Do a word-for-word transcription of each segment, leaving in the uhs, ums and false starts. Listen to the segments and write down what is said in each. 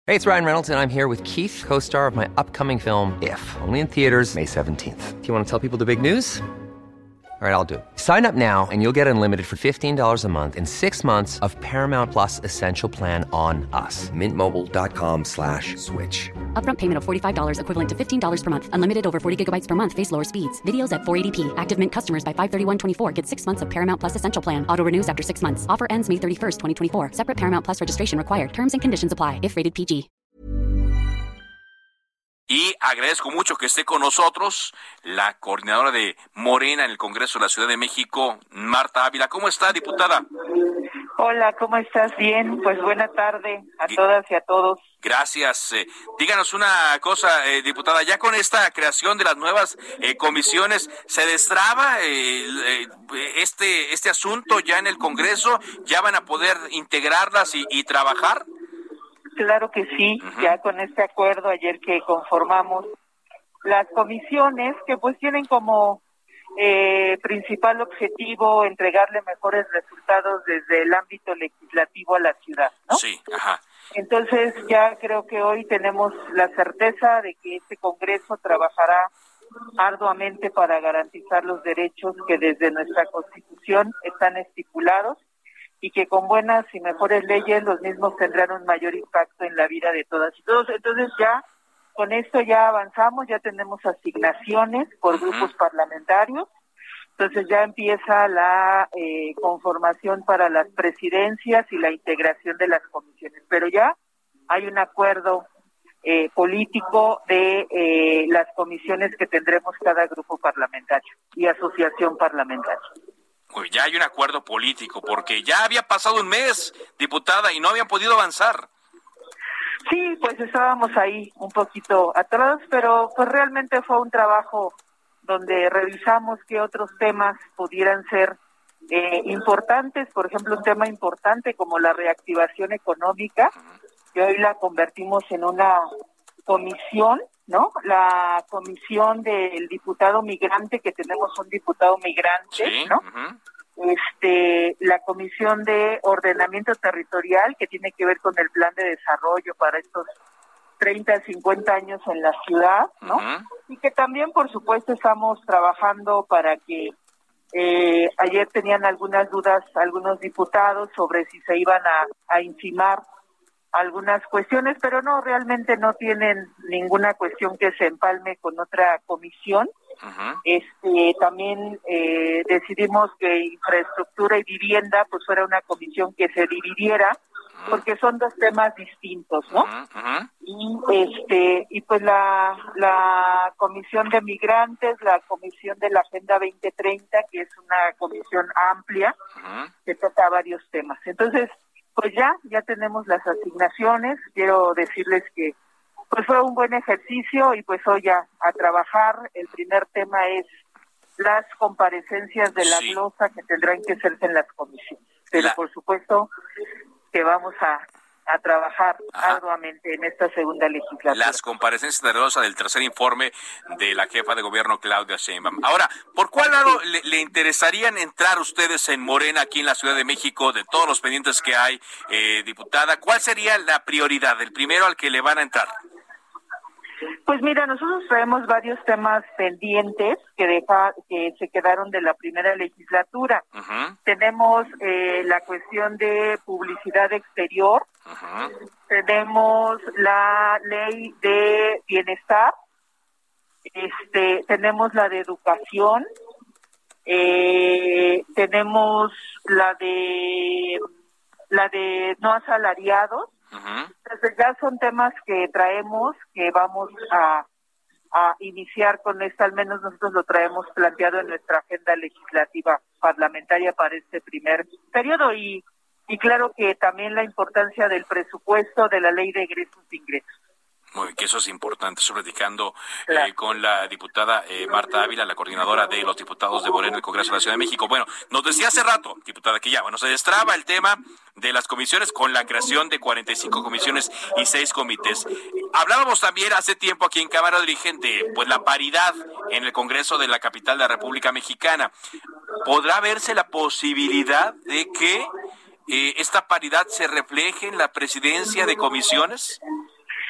Hey, it's Ryan Reynolds, and I'm here with Keith, co-star of my upcoming film, If, only in theaters May seventeenth. Do you want to tell people the big news? All right, I'll do it. Sign up now and you'll get unlimited for fifteen dollars a month and six months of Paramount Plus Essential Plan on us. Mint Mobile dot com slash switch. Upfront payment of forty-five dollars equivalent to fifteen dollars per month. Unlimited over forty gigabytes per month. Face lower speeds. Videos at four eighty p. Active Mint customers by five thirty-one twenty-four get six months of Paramount Plus Essential Plan. Auto renews after six months. Offer ends May thirty-first, twenty twenty-four. Separate Paramount Plus registration required. Terms and conditions apply if rated P G. Y agradezco mucho que esté con nosotros la coordinadora de Morena en el Congreso de la Ciudad de México, Marta Ávila. ¿Cómo está, diputada? Hola, ¿cómo estás? Bien, pues buena tarde a todas y a todos. Gracias. Eh, díganos una cosa, eh, diputada, ya con esta creación de las nuevas eh, comisiones, ¿se destraba eh, eh, este, este asunto ya en el Congreso? ¿Ya van a poder integrarlas y, y trabajar? Claro que sí, uh-huh. Ya con este acuerdo ayer que conformamos las comisiones que pues tienen como eh, principal objetivo entregarle mejores resultados desde el ámbito legislativo a la ciudad, ¿no? Sí, ajá. Entonces ya creo que hoy tenemos la certeza de que este Congreso trabajará arduamente para garantizar los derechos que desde nuestra Constitución están estipulados y que con buenas y mejores leyes los mismos tendrán un mayor impacto en la vida de todas y todos. Entonces ya con esto ya avanzamos, ya tenemos asignaciones por uh-huh. grupos parlamentarios, entonces ya empieza la eh, conformación para las presidencias y la integración de las comisiones, pero ya hay un acuerdo eh, político de eh, las comisiones que tendremos cada grupo parlamentario y asociación parlamentaria. Pues ya hay un acuerdo político, porque ya había pasado un mes, diputada, y no habían podido avanzar. Sí, pues estábamos ahí un poquito atrás, pero pues realmente fue un trabajo donde revisamos qué otros temas pudieran ser eh, importantes, por ejemplo, un tema importante como la reactivación económica, que hoy la convertimos en una comisión, ¿no? La comisión del diputado migrante, que tenemos un diputado migrante, sí, ¿no? Uh-huh. Este, la comisión de ordenamiento territorial, que tiene que ver con el plan de desarrollo para estos treinta, cincuenta años en la ciudad, ¿no? Uh-huh. Y que también, por supuesto, estamos trabajando para que eh, ayer tenían algunas dudas algunos diputados sobre si se iban a, a encimar algunas cuestiones, pero no, realmente no tienen ninguna cuestión que se empalme con otra comisión. Uh-huh. Este, también eh, decidimos que infraestructura y vivienda pues fuera una comisión que se dividiera, uh-huh. porque son dos temas distintos, ¿no? Uh-huh. Y este, y pues la la comisión de migrantes, la comisión de la Agenda veinte treinta, que es una comisión amplia, uh-huh. que toca varios temas. Entonces, pues ya, ya tenemos las asignaciones. Quiero decirles que pues fue un buen ejercicio y pues hoy ya a trabajar. El primer tema es las comparecencias de la sí. glosa que tendrán que hacerse en las comisiones. Pero la... por supuesto que vamos a, a trabajar Ajá. arduamente en esta segunda legislatura. Las comparecencias de glosa del tercer informe de la jefa de gobierno, Claudia Sheinbaum. Ahora, ¿por cuál lado le, le interesarían entrar ustedes en Morena aquí en la Ciudad de México, de todos los pendientes que hay, eh, diputada? ¿Cuál sería la prioridad, el primero al que le van a entrar? Pues mira, nosotros traemos varios temas pendientes que deja, que se quedaron de la primera legislatura. Uh-huh. Tenemos eh, la cuestión de publicidad exterior, uh-huh. tenemos la ley de bienestar, este, tenemos la de educación, eh, tenemos la de la de no asalariados. Uh-huh. Entonces ya son temas que traemos, que vamos a, a iniciar con esto, al menos nosotros lo traemos planteado en nuestra agenda legislativa parlamentaria para este primer periodo y, y claro que también la importancia del presupuesto de la ley de egresos e ingresos. Muy bien, que eso es importante. Estoy platicando claro. eh, con la diputada eh, Marta Ávila, la coordinadora de los diputados de Morena en el Congreso de la Ciudad de México. Bueno, nos decía hace rato, diputada, que ya, bueno, se destraba el tema de las comisiones con la creación de cuarenta y cinco comisiones y seis comités. Hablábamos también hace tiempo aquí en Cámara Dirigente, pues la paridad en el Congreso de la capital de la República Mexicana. ¿Podrá verse la posibilidad de que eh, esta paridad se refleje en la presidencia de comisiones?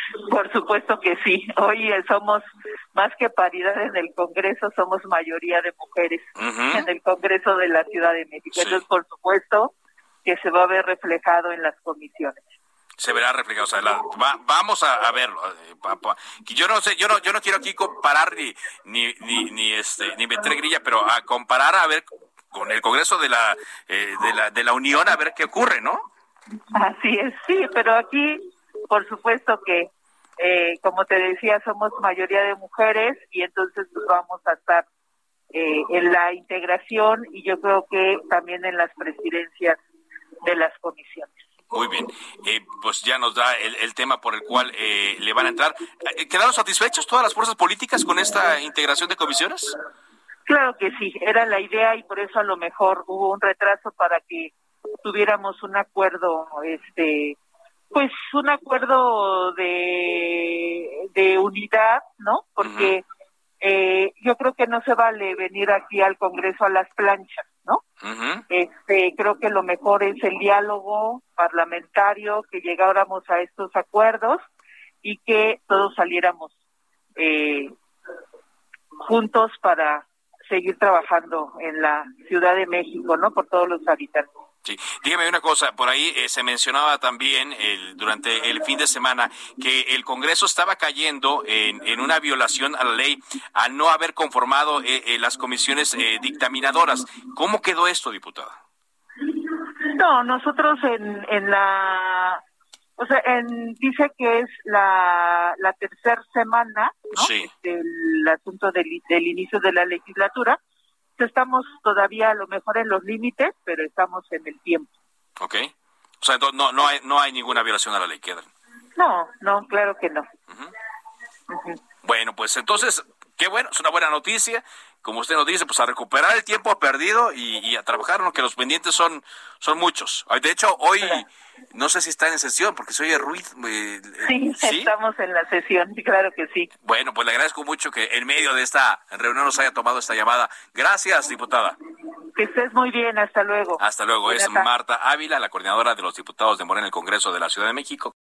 Por supuesto que sí. Hoy eh, somos más que paridad en el Congreso, somos mayoría de mujeres uh-huh. en el Congreso de la Ciudad de México. Sí. Entonces, por supuesto que se va a ver reflejado en las comisiones. Se verá reflejado, o sea, la, va, vamos a, a verlo. Eh, pa, pa. Yo no sé, yo no, yo no quiero aquí comparar ni, ni, ni, ni este, ni meter grilla, pero a comparar a ver con el Congreso de la, eh, de la, de la Unión a ver qué ocurre, ¿no? Así es, sí, pero aquí, por supuesto que, eh, como te decía, somos mayoría de mujeres y entonces pues, vamos a estar eh, en la integración y yo creo que también en las presidencias de las comisiones. Muy bien, eh, pues ya nos da el, el tema por el cual eh, le van a entrar. ¿Quedaron satisfechos todas las fuerzas políticas con esta integración de comisiones? Claro que sí, era la idea y por eso a lo mejor hubo un retraso para que tuviéramos un acuerdo, este, pues un acuerdo de, de unidad, ¿no? Porque uh-huh. eh, yo creo que no se vale venir aquí al Congreso a las planchas, ¿no? Uh-huh. Este, creo que lo mejor es el diálogo parlamentario, que llegáramos a estos acuerdos y que todos saliéramos eh, juntos para seguir trabajando en la Ciudad de México, ¿no? Por todos los habitantes. Sí, dígame una cosa, por ahí eh, se mencionaba también el, durante el fin de semana que el Congreso estaba cayendo en, en una violación a la ley al no haber conformado eh, eh, las comisiones eh, dictaminadoras. ¿Cómo quedó esto, diputada? No, nosotros en, en la, o sea, en, dice que es la, la tercera semana, ¿no? Sí. Del asunto del, del inicio de la legislatura. Estamos todavía a lo mejor en los límites, pero estamos en el tiempo. Ok. O sea, no no hay no hay ninguna violación a la ley, ¿queda? No, no, claro que no. Uh-huh. Uh-huh. Bueno, pues entonces, qué bueno, es una buena noticia. Como usted nos dice, pues a recuperar el tiempo perdido y, y a trabajar, ¿no? Que los pendientes son son muchos. De hecho, hoy claro. No sé si está en sesión, porque se oye ruido. Eh, sí, sí, estamos en la sesión, claro que sí. Bueno, pues le agradezco mucho que en medio de esta reunión nos haya tomado esta llamada. Gracias, diputada. Que estés muy bien, hasta luego. Hasta luego. Buenas es tardes. Marta Ávila, la coordinadora de los diputados de Morena en el Congreso de la Ciudad de México.